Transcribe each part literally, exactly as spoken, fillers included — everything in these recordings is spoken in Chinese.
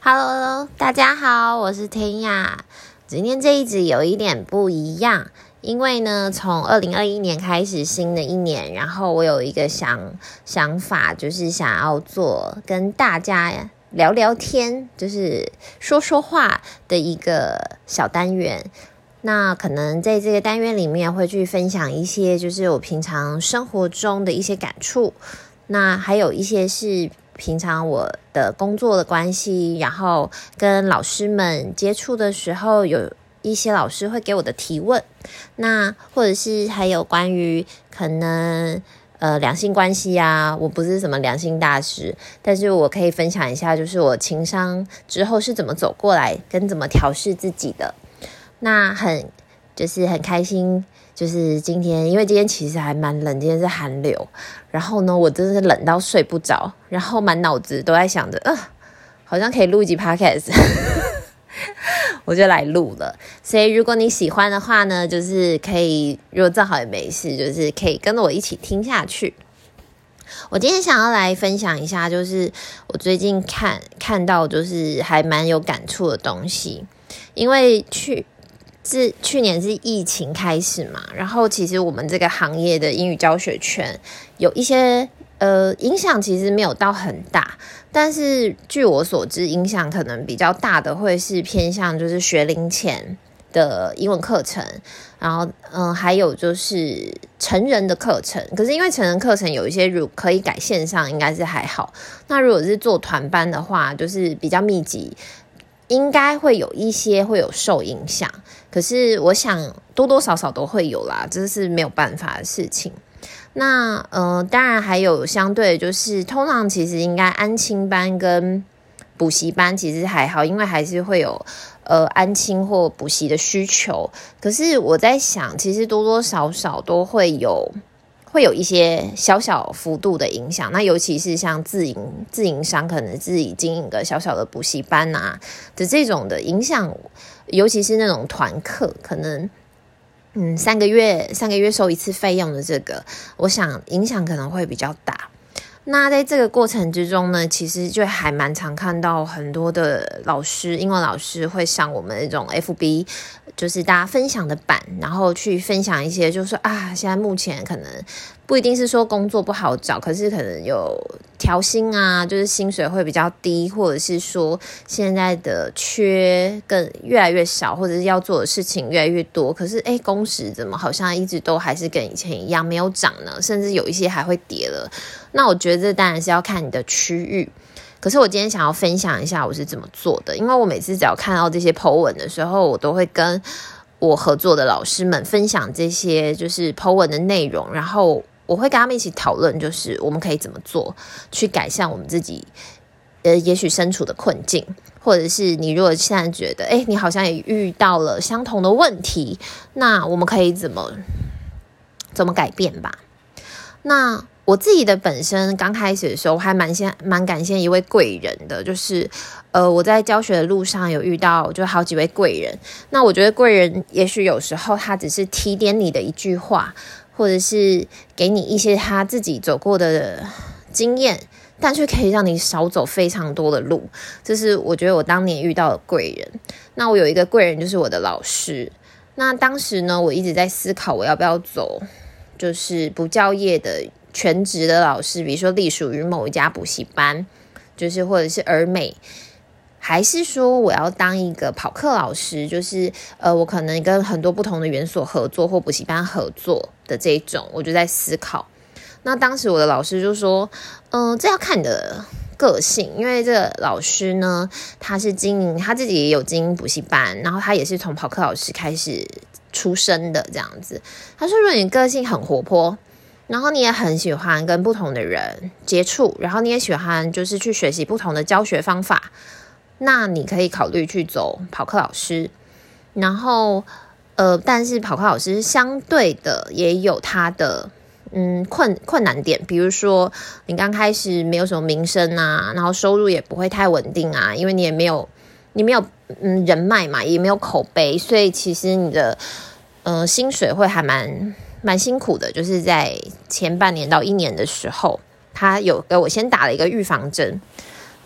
Hello， 大家好，我是天雅。今天这一集有一点不一样，因为呢，从二零二一年开始，新的一年，然后我有一个想想法，就是想要做跟大家聊聊天，就是说说话的一个小单元。那可能在这个单元里面会去分享一些，就是我平常生活中的一些感触。那还有一些是平常我的工作的关系，然后跟老师们接触的时候，有一些老师会给我的提问，那或者是还有关于可能呃两性关系啊，我不是什么两性大师，但是我可以分享一下，就是我情商之后是怎么走过来，跟怎么调试自己的。那很就是很开心。就是今天，因为今天其实还蛮冷，今天是寒流，然后呢，我真的是冷到睡不着，然后满脑子都在想着，呃，好像可以录一集 podcast， 我就来录了。所以如果你喜欢的话呢，就是可以，如果正好也没事，就是可以跟着我一起听下去。我今天想要来分享一下，就是我最近看看到，就是还蛮有感触的东西，因为去。是去年是疫情开始嘛，然后其实我们这个行业的英语教学圈有一些呃影响，其实没有到很大，但是据我所知，影响可能比较大的会是偏向就是学龄前的英文课程，然后嗯、呃、还有就是成人的课程。可是因为成人课程有一些如可以改线上，应该是还好。那如果是做团班的话，就是比较密集。应该会有一些会有受影响，可是我想多多少少都会有啦，这是没有办法的事情。那呃，当然还有相对就是通常其实应该安亲班跟补习班其实还好，因为还是会有呃安亲或补习的需求。可是我在想，其实多多少少都会有。会有一些小小幅度的影响，那尤其是像自营自营商可能自己经营一个小小的补习班啊的这种的影响，尤其是那种团课，可能嗯三个月三个月收一次费用的这个，我想影响可能会比较大。那在这个过程之中呢，其实就还蛮常看到很多的老师，英文老师会上我们那种 F B， 就是大家分享的版，然后去分享一些，就是啊，现在目前可能不一定是说工作不好找，可是可能有调薪啊，就是薪水会比较低，或者是说现在的缺更越来越少，或者是要做的事情越来越多，可是诶工时怎么好像一直都还是跟以前一样没有涨呢，甚至有一些还会跌了。那我觉得这当然是要看你的区域，可是我今天想要分享一下我是怎么做的，因为我每次只要看到这些 po 文的时候，我都会跟我合作的老师们分享这些就是 po 文的内容，然后我会跟他们一起讨论，就是我们可以怎么做去改善我们自己呃，也许身处的困境，或者是你如果现在觉得诶你好像也遇到了相同的问题，那我们可以怎么怎么改变吧。那我自己的本身刚开始的时候还蛮先蛮感谢一位贵人的，就是呃我在教学的路上有遇到就好几位贵人。那我觉得贵人也许有时候他只是提点你的一句话，或者是给你一些他自己走过的经验，但却可以让你少走非常多的路。这是我觉得我当年遇到的贵人。那我有一个贵人就是我的老师。那当时呢，我一直在思考我要不要走就是补教业的全职的老师，比如说隶属于某一家补习班，就是或者是儿美，还是说我要当一个跑课老师，就是呃我可能跟很多不同的园所合作或补习班合作的这一种，我就在思考。那当时我的老师就说嗯、呃，这要看你的个性，因为这个老师呢，他是经营他自己也有经营补习班，然后他也是从跑课老师开始出身的这样子。他说如果你个性很活泼，然后你也很喜欢跟不同的人接触，然后你也喜欢就是去学习不同的教学方法，那你可以考虑去走跑课老师。然后呃，但是跑课老师相对的也有他的嗯困困难点，比如说你刚开始没有什么名声啊，然后收入也不会太稳定啊，因为你也没有你没有嗯人脉嘛，也没有口碑，所以其实你的呃薪水会还蛮蛮辛苦的。就是在前半年到一年的时候，他有给我先打了一个预防针。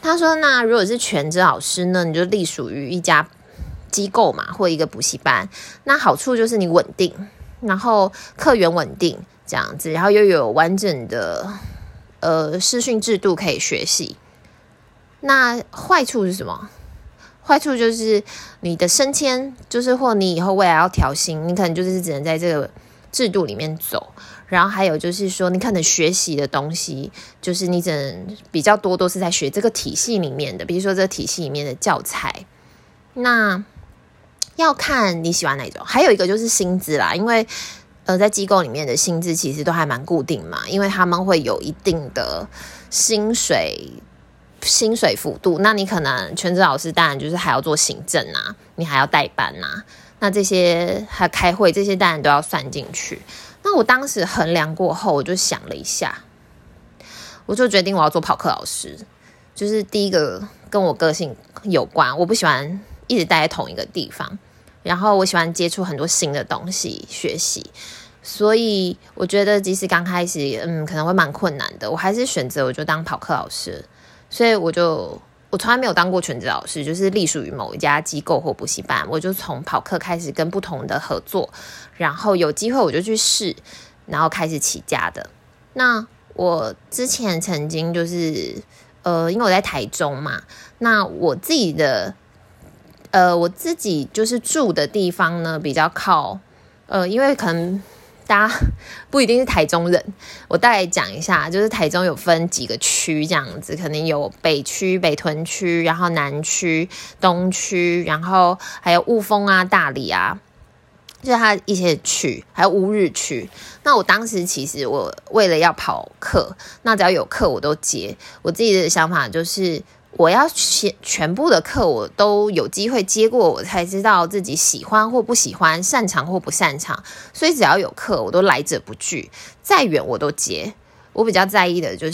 他说那如果是全职老师呢，你就隶属于一家机构嘛，或一个补习班，那好处就是你稳定，然后课源稳定这样子，然后又有完整的呃视讯制度可以学习。那坏处是什么？坏处就是你的升迁，就是或你以后未来要调薪，你可能就是只能在这个制度里面走。然后还有就是说，你可能学习的东西，就是你只能比较多都是在学这个体系里面的，比如说这个体系里面的教材。那要看你喜欢哪种。还有一个就是薪资啦，因为呃在机构里面的薪资其实都还蛮固定嘛，因为他们会有一定的薪水。薪水幅度，那你可能全职老师当然就是还要做行政啊，你还要代班啊，那这些还开会，这些当然都要算进去。那我当时衡量过后，我就想了一下，我就决定我要做跑课老师。就是第一个跟我个性有关，我不喜欢一直待在同一个地方，然后我喜欢接触很多新的东西学习，所以我觉得即使刚开始嗯可能会蛮困难的，我还是选择我就当跑课老师。所以我就我从来没有当过全职老师，就是隶属于某一家机构或补习班，我就从跑课开始跟不同的合作，然后有机会我就去试，然后开始起家的。那我之前曾经就是呃，因为我在台中嘛，那我自己的呃我自己就是住的地方呢比较靠呃，因为可能。大家不一定是台中人，我大概讲一下，就是台中有分几个区这样子，可能有北区、北屯区，然后南区、东区，然后还有雾峰啊、大里啊，就是它一些区，还有乌日区。那我当时其实我为了要跑课，那只要有课我都接。我自己的想法就是。我要全部的课我都有机会接过，我才知道自己喜欢或不喜欢，擅长或不擅长。所以只要有课，我都来者不拒，再远我都接。我比较在意的就是，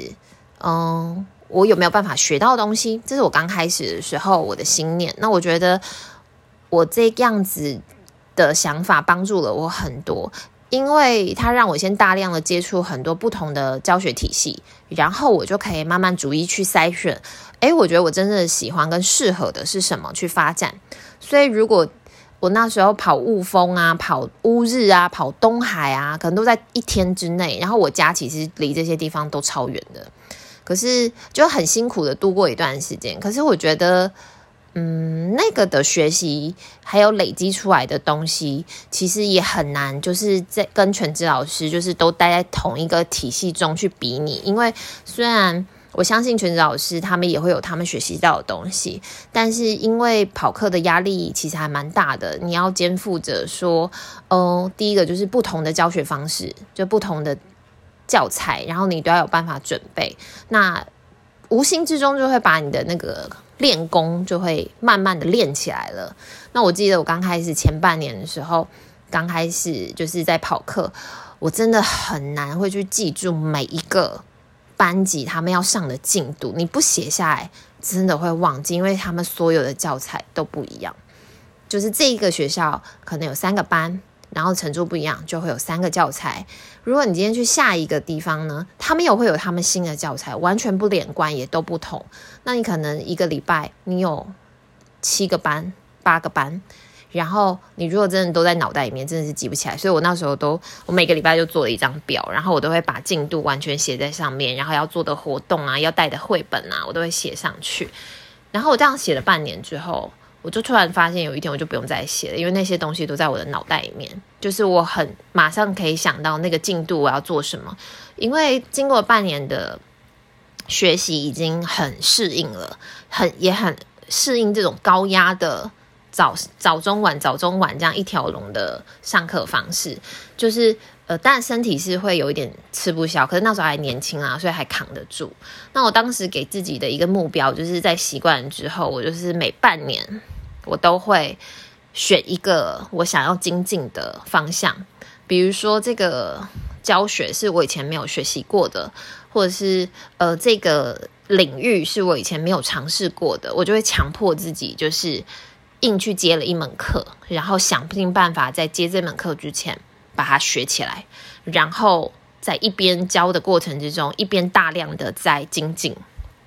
嗯，我有没有办法学到东西，这是我刚开始的时候我的心念。那我觉得我这样子的想法帮助了我很多。因为它让我先大量的接触很多不同的教学体系，然后我就可以慢慢逐一去筛选，诶，我觉得我真正的喜欢跟适合的是什么去发展。所以如果我那时候跑雾峰啊，跑乌日啊，跑东海啊，可能都在一天之内，然后我家其实离这些地方都超远的，可是就很辛苦的度过一段时间。可是我觉得嗯，那个的学习还有累积出来的东西，其实也很难，就是在跟全职老师就是都待在同一个体系中去比拟。因为虽然我相信全职老师他们也会有他们学习到的东西，但是因为跑课的压力其实还蛮大的，你要肩负着说，呃，第一个就是不同的教学方式，就不同的教材，然后你都要有办法准备。那无形之中就会把你的那个练功就会慢慢的练起来了。那我记得我刚开始前半年的时候，刚开始就是在跑课，我真的很难会去记住每一个班级他们要上的进度，你不写下来真的会忘记，因为他们所有的教材都不一样。就是这一个学校可能有三个班，然后程度不一样，就会有三个教材。如果你今天去下一个地方呢，他们也会有他们新的教材，完全不连贯，也都不同。那你可能一个礼拜你有七个班、八个班，然后你如果真的都在脑袋里面，真的是记不起来。所以我那时候都，我每个礼拜就做了一张表，然后我都会把进度完全写在上面，然后要做的活动啊，要带的绘本啊，我都会写上去。然后我这样写了半年之后，我就突然发现有一天我就不用再写了，因为那些东西都在我的脑袋里面，就是我很马上可以想到那个进度我要做什么。因为经过半年的学习已经很适应了，很也很适应这种高压的早早中晚早中晚这样一条龙的上课方式。就是呃，但身体是会有一点吃不消，可是那时候还年轻啊，所以还扛得住。那我当时给自己的一个目标，就是在习惯之后，我就是每半年我都会选一个我想要精进的方向，比如说这个教学是我以前没有学习过的，或者是呃这个领域是我以前没有尝试过的，我就会强迫自己就是硬去接了一门课，然后想尽办法在接这门课之前把它学起来，然后在一边教的过程之中，一边大量的在精进。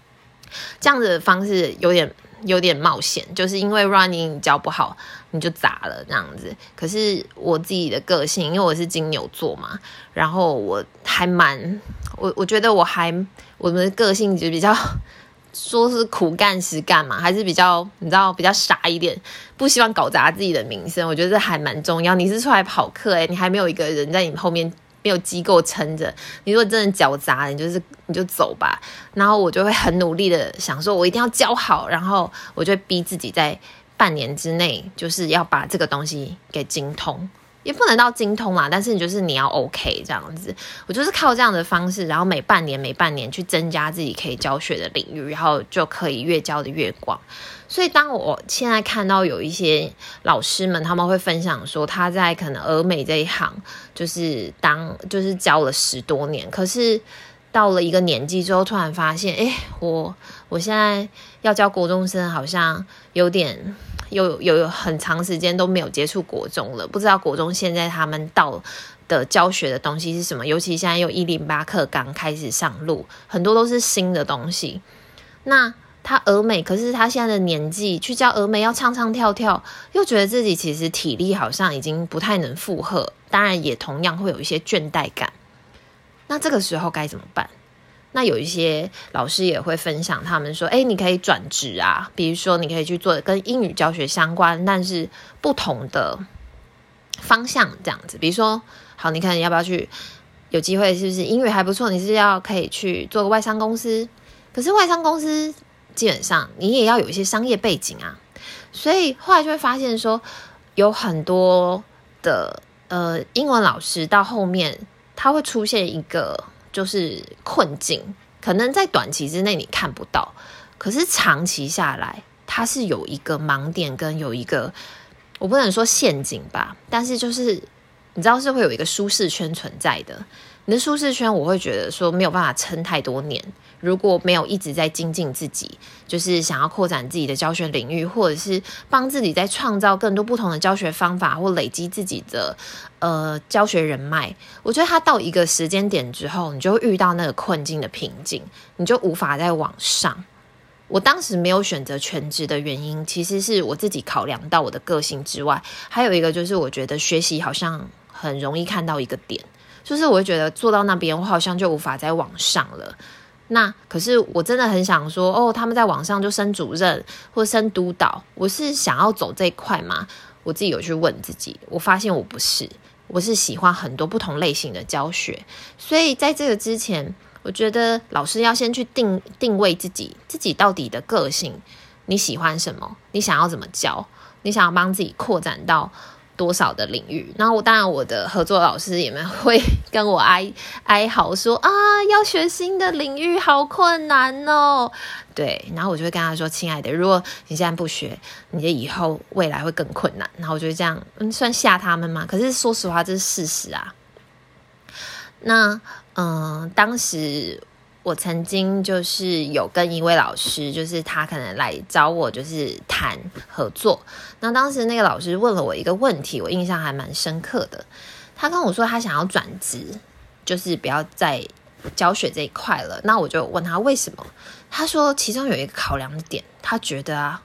这样子的方式有点有点冒险，就是因为 running 你教不好你就砸了这样子。可是我自己的个性，因为我是金牛座嘛，然后我还蛮我我觉得我还我们的个性就比较说是苦干实干嘛，还是比较你知道比较傻一点，不希望搞砸自己的名声，我觉得这还蛮重要。你是出来跑课诶、欸、你还没有一个人在你后面，没有机构撑着，你如果真的搅砸了，你就是你就走吧。然后我就会很努力的想说我一定要教好，然后我就会逼自己在半年之内就是要把这个东西给精通，也不能到精通啦，但是你就是你要 OK 这样子。我就是靠这样的方式，然后每半年每半年去增加自己可以教学的领域，然后就可以越教的越广。所以当我现在看到有一些老师们他们会分享说他在可能俄美这一行就是当就是教了十多年，可是到了一个年纪之后突然发现诶我我现在要教国中生好像有点有有很长时间都没有接触国中了，不知道国中现在他们到的教学的东西是什么，尤其现在有一零八课纲开始上路，很多都是新的东西。那他俄美，可是他现在的年纪去教俄美要唱唱跳跳，又觉得自己其实体力好像已经不太能负荷，当然也同样会有一些倦怠感。那这个时候该怎么办？那有一些老师也会分享，他们说诶你可以转职啊，比如说你可以去做跟英语教学相关但是不同的方向这样子。比如说好，你看你要不要去有机会，是不是英语还不错，你是要可以去做个外商公司，可是外商公司基本上你也要有一些商业背景啊。所以后来就会发现说有很多的呃英文老师到后面他会出现一个就是困境，可能在短期之内你看不到，可是长期下来它是有一个盲点跟有一个我不能说陷阱吧，但是就是你知道是会有一个舒适圈存在的。你的舒适圈我会觉得说没有办法撑太多年，如果没有一直在精进自己，就是想要扩展自己的教学领域，或者是帮自己在创造更多不同的教学方法，或累积自己的呃教学人脉，我觉得它到一个时间点之后，你就会遇到那个困境的瓶颈，你就无法再往上。我当时没有选择全职的原因，其实是我自己考量到我的个性之外，还有一个就是我觉得学习好像很容易看到一个点，就是我会觉得做到那边我好像就无法再往上了。那可是我真的很想说哦，他们在网上就升主任或升督导，我是想要走这一块吗？我自己有去问自己，我发现我不是，我是喜欢很多不同类型的教学。所以在这个之前，我觉得老师要先去定定位自己，自己到底的个性，你喜欢什么，你想要怎么教，你想要帮自己扩展到多少的领域。然后我当然我的合作老师也们会跟我哀哀嚎说啊，要学新的领域好困难哦。对，然后我就会跟他说，亲爱的，如果你现在不学，你的以后未来会更困难。然后我就这样嗯，算吓他们吗？可是说实话这是事实啊。那嗯、呃，当时我曾经就是有跟一位老师，就是他可能来找我就是谈合作。那当时那个老师问了我一个问题，我印象还蛮深刻的。他跟我说他想要转职，就是不要再教学这一块了。那我就问他为什么，他说其中有一个考量的点，他觉得啊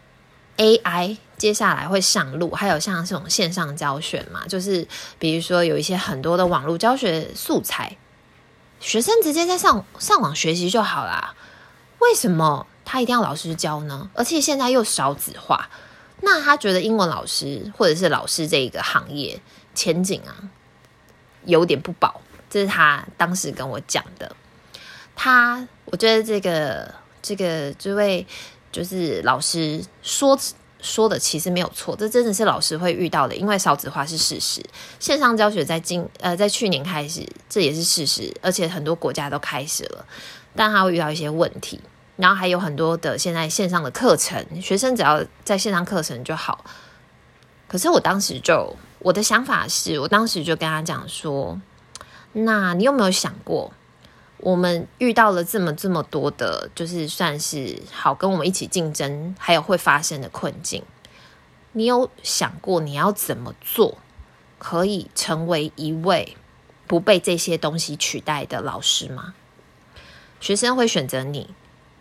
A I 接下来会上路，还有像这种线上教学嘛，就是比如说有一些很多的网络教学素材，学生直接在上上网学习就好啦，为什么他一定要老师教呢？而且现在又少子化，那他觉得英文老师或者是老师这一个行业前景啊有点不保，这是他当时跟我讲的。他我觉得这个这个这位就是老师说说的其实没有错，这真的是老师会遇到的，因为少子化是事实，线上教学在今呃在去年开始，这也是事实，而且很多国家都开始了，但他会遇到一些问题。然后还有很多的现在线上的课程，学生只要在线上课程就好。可是我当时就我的想法是，我当时就跟他讲说，那你有没有想过，我们遇到了这么这么多的就是算是好跟我们一起竞争还有会发生的困境，你有想过你要怎么做可以成为一位不被这些东西取代的老师吗？学生会选择你，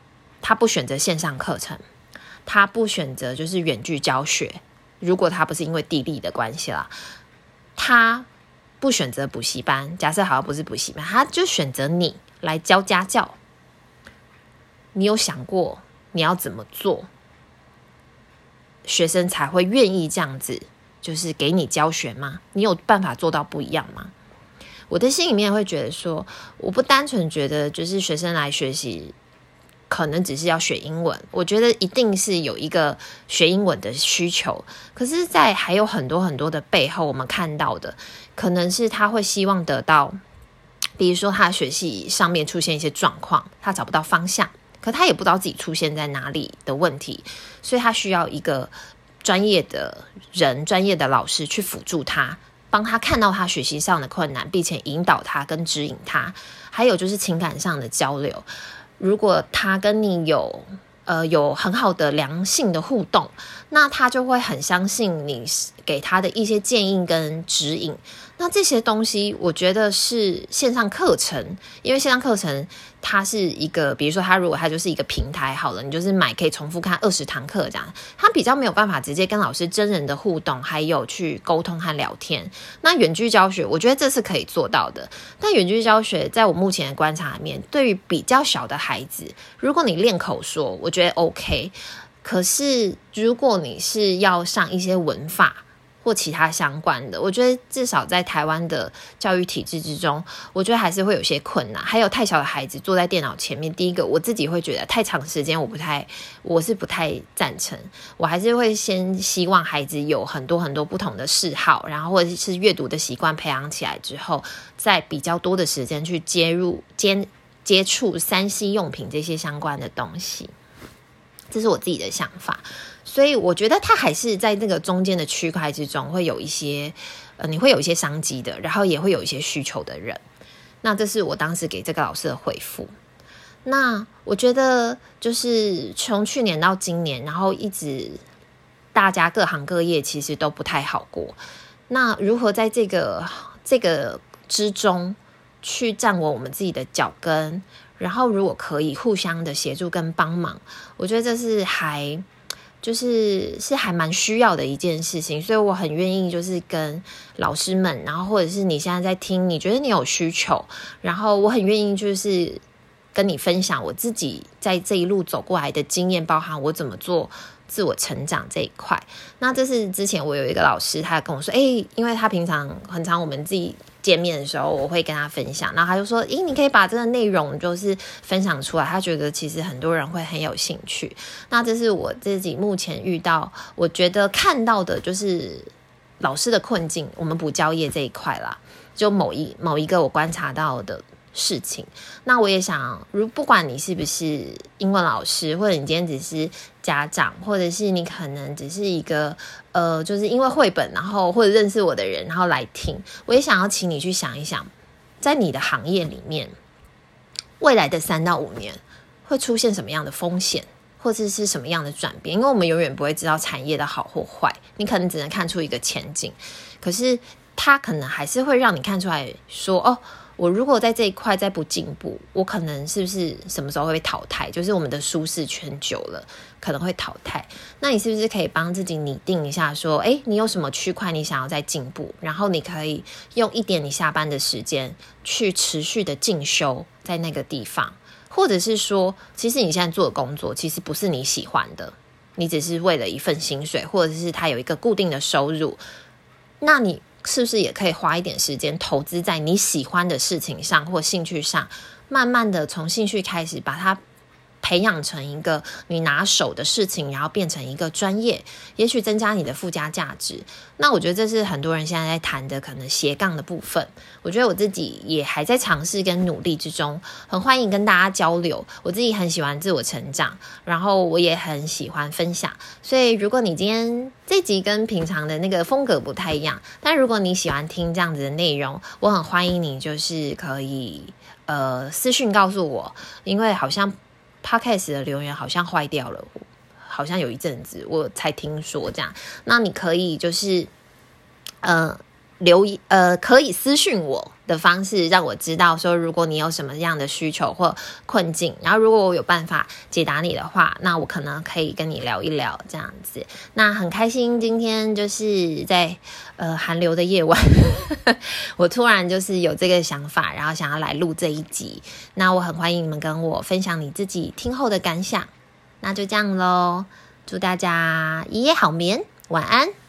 他不选择线上课程，他不选择就是远距教学，如果他不是因为地利的关系啦，他不选择补习班，假设好像不是补习班，他就选择你来教家教。你有想过你要怎么做，学生才会愿意这样子就是给你教学吗？你有办法做到不一样吗？我的心里面会觉得说，我不单纯觉得就是学生来学习可能只是要学英文，我觉得一定是有一个学英文的需求，可是在还有很多很多的背后，我们看到的可能是他会希望得到，比如说他学习上面出现一些状况，他找不到方向，可他也不知道自己出现在哪里的问题，所以他需要一个专业的人，专业的老师去辅助他，帮他看到他学习上的困难，并且引导他跟指引他。还有就是情感上的交流，如果他跟你有呃有很好的良性的互动，那他就会很相信你给他的一些建议跟指引。那这些东西我觉得是线上课程，因为线上课程它是一个，比如说它如果它就是一个平台好了，你就是买可以重复看二十堂课这样，它比较没有办法直接跟老师真人的互动，还有去沟通和聊天。那远距教学我觉得这是可以做到的，但远距教学在我目前的观察里面，对于比较小的孩子，如果你练口说我觉得 OK， 可是如果你是要上一些文法或其他相关的，我觉得至少在台湾的教育体制之中，我觉得还是会有些困难。还有太小的孩子坐在电脑前面，第一个我自己会觉得太长时间，我不太，我是不太赞成。我还是会先希望孩子有很多很多不同的嗜好，然后或者是阅读的习惯培养起来之后，在比较多的时间去接入接接触三 C 用品这些相关的东西，这是我自己的想法。所以我觉得它还是在这个中间的区块之中会有一些呃，你会有一些商机的，然后也会有一些需求的人。那这是我当时给这个老师的回复。那我觉得就是从去年到今年，然后一直大家各行各业其实都不太好过。那如何在这个这个之中去站稳我们自己的脚跟，然后如果可以互相的协助跟帮忙，我觉得这是还就是是还蛮需要的一件事情。所以我很愿意就是跟老师们，然后或者是你现在在听，你觉得你有需求，然后我很愿意就是跟你分享我自己在这一路走过来的经验，包含我怎么做自我成长这一块。那这是之前我有一个老师，他跟我说，诶，因为他平常很常我们自己见面的时候，我会跟他分享，然后他就说，诶，你可以把这个内容就是分享出来，他觉得其实很多人会很有兴趣。那这是我自己目前遇到，我觉得看到的就是老师的困境，我们补教业这一块啦，就某一某一个我观察到的事情。那我也想，如不管你是不是英文老师，或者你今天只是家长，或者是你可能只是一个呃，就是因为绘本然后或者认识我的人然后来听，我也想要请你去想一想，在你的行业里面未来的三到五年会出现什么样的风险，或者是什么样的转变。因为我们永远不会知道产业的好或坏，你可能只能看出一个前景，可是它可能还是会让你看出来说，哦，我如果在这一块再不进步，我可能是不是什么时候会被淘汰，就是我们的舒适圈久了可能会淘汰。那你是不是可以帮自己拟定一下说，诶，你有什么区块你想要再进步，然后你可以用一点你下班的时间去持续的进修在那个地方，或者是说其实你现在做的工作其实不是你喜欢的，你只是为了一份薪水，或者是它有一个固定的收入，那你是不是也可以花一点时间投资在你喜欢的事情上或兴趣上，慢慢的从兴趣开始把它培养成一个你拿手的事情，然后变成一个专业，也许增加你的附加价值。那我觉得这是很多人现在在谈的可能斜杠的部分，我觉得我自己也还在尝试跟努力之中，很欢迎跟大家交流。我自己很喜欢自我成长，然后我也很喜欢分享，所以如果你今天这集跟平常的那个风格不太一样，但如果你喜欢听这样子的内容，我很欢迎你就是可以呃私讯告诉我，因为好像Podcast 的留言好像坏掉了，好像有一阵子我才听说这样。那你可以就是呃留呃可以私讯我的的方式让我知道说，如果你有什么样的需求或困境，然后如果我有办法解答你的话，那我可能可以跟你聊一聊这样子。那很开心今天就是在呃寒流的夜晚我突然就是有这个想法，然后想要来录这一集。那我很欢迎你们跟我分享你自己听后的感想。那就这样咯，祝大家一夜好眠，晚安。